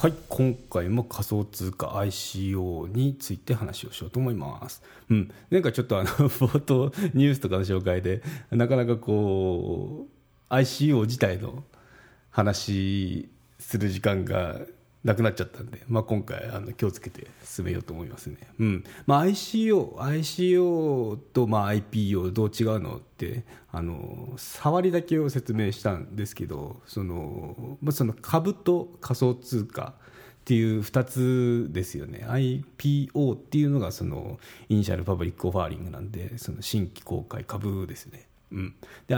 はい、今回も仮想通貨 ICO について話をしようと思います。前回ちょっと冒頭ニュースとかの紹介でなかなかこう ICO 自体の話する時間がなくなっちゃったんで、今回気をつけて進めようと思いますね。ICO とIPO どう違うのって触りだけを説明したんですけど、その株と仮想通貨っていう2つですよね。 IPO っていうのがそのイニシャルパブリックオファーリングなんで、その新規公開株ですね。で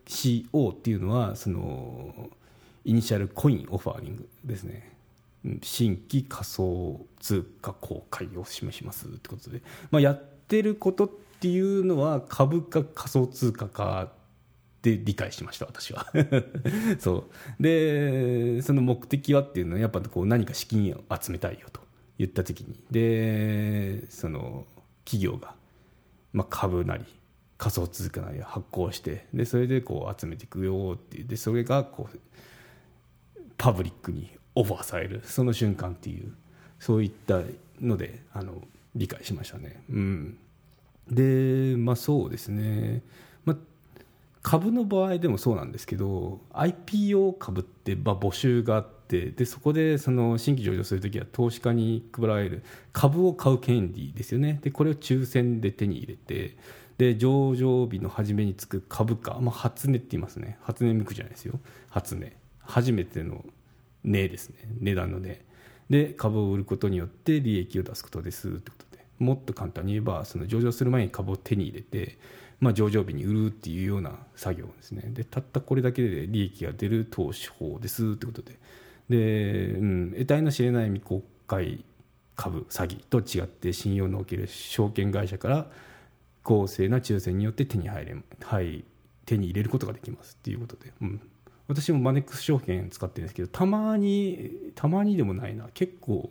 ICO っていうのはそのイニシャルコインオファーリングですね。新規仮想通貨公開を示しますってことで、やってることっていうのは株か仮想通貨かって理解しました、私は。そうで、その目的はっていうのはやっぱこう何か資金を集めたいよと言った時に、でその企業が、株なり仮想通貨なりを発行して、でそれでこう集めていくよっていう、でそれがこうパブリックにオファーされるその瞬間っていう、そういったので理解しましたね。でそうですね、株の場合でもそうなんですけど、 IPO 株って募集があって、でそこでその新規上場するときは投資家に配られる株を買う権利ですよね。でこれを抽選で手に入れて、で上場日の初めにつく株価、初値って言いますね。初値向くじゃないですよ。初値、初めての値ですね。値段の値で株を売ることによって利益を出すことですってことで、もっと簡単に言えばその上場する前に株を手に入れて、上場日に売るっていうような作業ですね。でたったこれだけで利益が出る投資法ですってことで、得体の知れない未公開株詐欺と違って、信用のおける証券会社から公正な抽選によって手に入れることができますっていうことで、私もマネックス証券使ってるんですけど、たまにでもないな、結構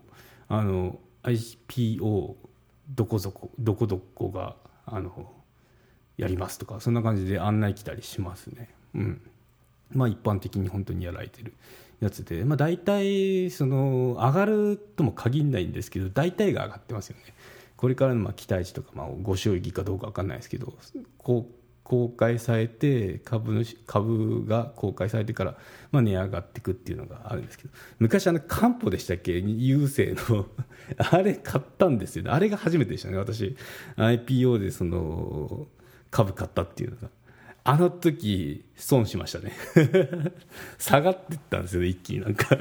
IPO どこどこがやりますとか、そんな感じで案内来たりしますね。一般的に本当にやられてるやつで、大体その上がるとも限らないんですけど、大体が上がってますよね。これからの期待値とか、ご祝儀かどうか分かんないですけど、公開されて株が公開されてから、値上がっていくっていうのがあるんですけど、昔カンポでしたっけ、郵政のあれ買ったんですよね。あれが初めてでしたね、私。 IPO でその株買ったっていうのが、あの時損しましたね。下がっていったんですよね、一気に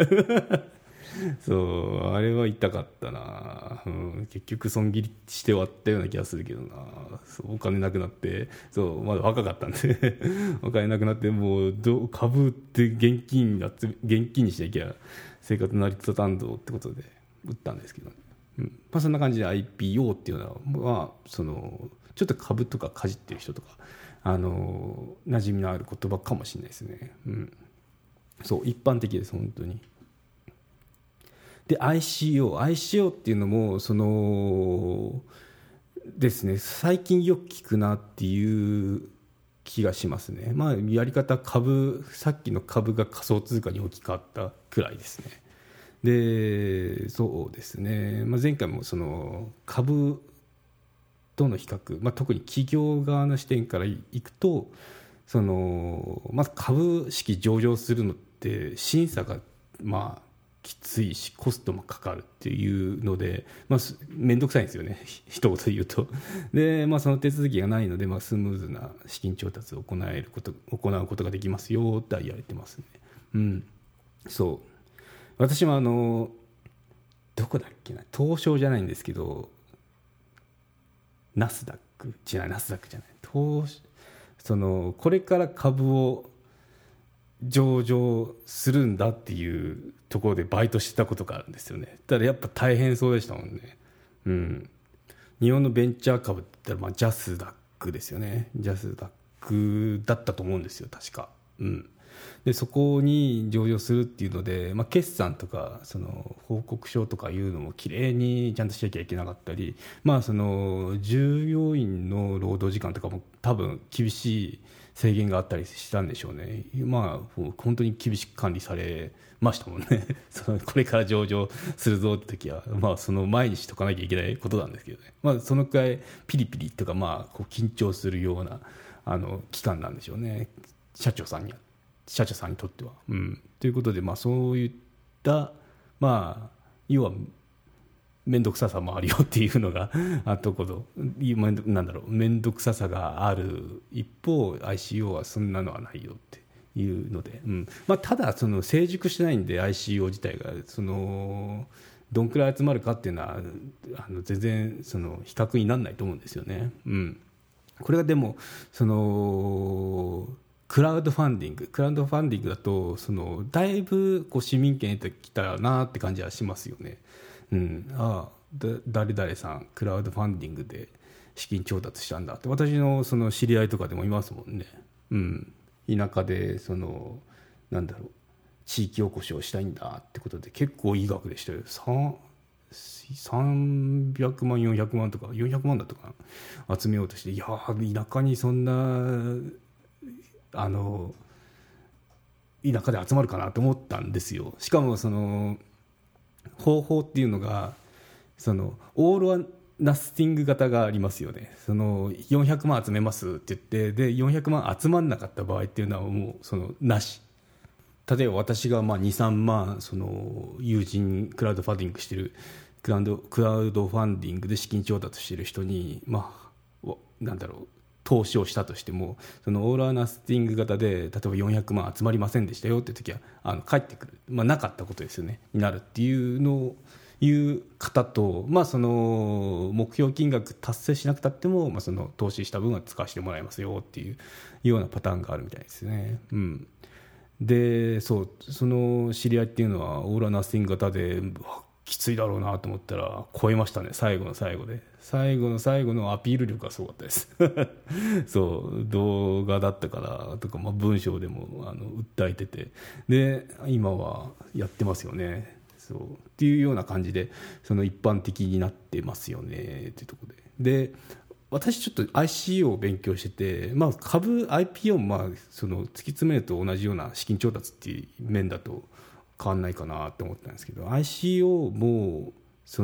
そうあれは痛かったな、結局損切りして終わったような気がするけどな。お金なくなって、まだ若かったんでお金なくなって、もう株って現金にしなきゃ生活成り立たんぞってことで売ったんですけど、そんな感じで IPO っていうのは、そのちょっと株とかかじってる人とか馴染みのある言葉かもしれないですね。そう一般的です、本当に。で ICO っていうのもそのですね、最近よく聞くなっていう気がしますね。やり方、さっきの株が仮想通貨に置き換わったくらいですね。でそうですね、前回もその株との比較、特に企業側の視点からいくと、そのまず株式上場するのって審査がきついしコストもかかるっていうので、面倒くさいんですよね、一言で言うと。で、その手続きがないので、スムーズな資金調達を行うことができますよって言われてますね。そう私もどこだっけな、東証じゃないんですけど、ナスダックじゃないそのこれから株を上場するんだっていうところでバイトしてたことがあるんですよね。ただやっぱ大変そうでしたもんね。日本のベンチャー株って言ったらジャスダックですよね。ジャスダックだったと思うんですよ、確か。でそこに上場するっていうので、決算とかその報告書とかいうのもきれいにちゃんとしなきゃいけなかったり、その従業員の労働時間とかも多分厳しい制限があったりしたんでしょうね。まあ本当に厳しく管理されましたもんねこれから上場するぞって時は、まあ、その前にしとかなきゃいけないことなんですけどね、まあ、そのくらいピリピリとか、まあ、こう緊張するような期間なんでしょうね、社長さんにとっては。ということで、まあ、そういった、まあ、要は面倒くささもあるよっていうのがなんだろう、面倒くささがある一方 ICO はそんなのはないよっていうので、まあ、ただその成熟してないんで ICO 自体がどんくらい集まるかっていうのは全然その比較にならないと思うんですよね。これがでもクラウドファンディングだとだいぶこう市民権得てきたなって感じはしますよね。誰々さんクラウドファンディングで資金調達したんだって、私のその知り合いとかでもいますもんね。田舎でなんだろう、地域おこしをしたいんだってことで結構いい額でしたよ。300万400万とか400万だとか集めようとして、いや田舎にそんな田舎で集まるかなと思ったんですよ。しかも方法っていうのがオール・ア・ナッシング型がありますよね。400万集めますって言って、で400万集まんなかった場合っていうのはもうなし。例えば私が2、3万友人クラウドファンディングしてるクラウドファンディングで資金調達してる人になんだろう、投資をしたとしてもオール・ア・ナッシング型で例えば400万集まりませんでしたよって時は返ってくる、なかったことですよねになるっていうのをいう方と、目標金額達成しなくたっても、投資した分は使わせてもらいますよっていうようなパターンがあるみたいですね。でその知り合いっていうのはオール・ア・ナッシング型できついだろうなと思ったら超えましたね。最後の最後のアピール力がすごかったですそう動画だったからとか、文章でも訴えてて、で今はやってますよね。っていうような感じで一般的になってますよねっていうところで、私ちょっと ICO を勉強してて、株 IPO も突き詰めると同じような資金調達っていう面だと変わんないかなと思ったんですけど、 ICO も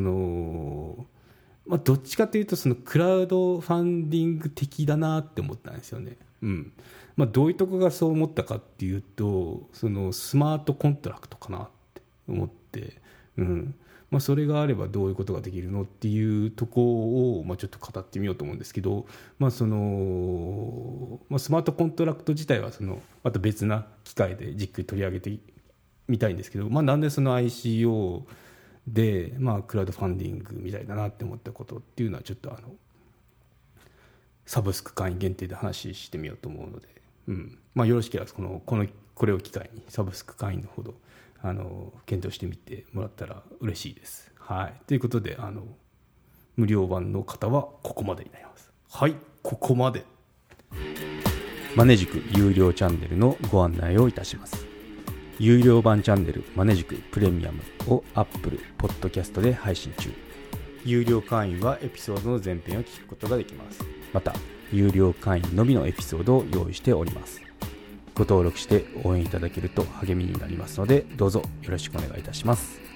どっちかというとクラウドファンディング的だなって思ったんですよね。どういうとこがそう思ったかっていうとスマートコントラクトかなって思って、それがあればどういうことができるのっていうところをちょっと語ってみようと思うんですけど、スマートコントラクト自体はまた別な機会でじっくり取り上げてみたいんですけど、なんでICO で、クラウドファンディングみたいだなって思ったことっていうのはちょっとサブスク会員限定で話してみようと思うので、よろしければこれを機会にサブスク会員のほど検討してみてもらったら嬉しいです。ということで無料版の方はここまでになります。ここまで。マネジク有料チャンネルのご案内をいたします。有料版チャンネルマネジクプレミアムを Apple Podcast で配信中。有料会員はエピソードの前編を聞くことができます。また有料会員のみのエピソードを用意しております。ご登録して応援いただけると励みになりますので、どうぞよろしくお願いいたします。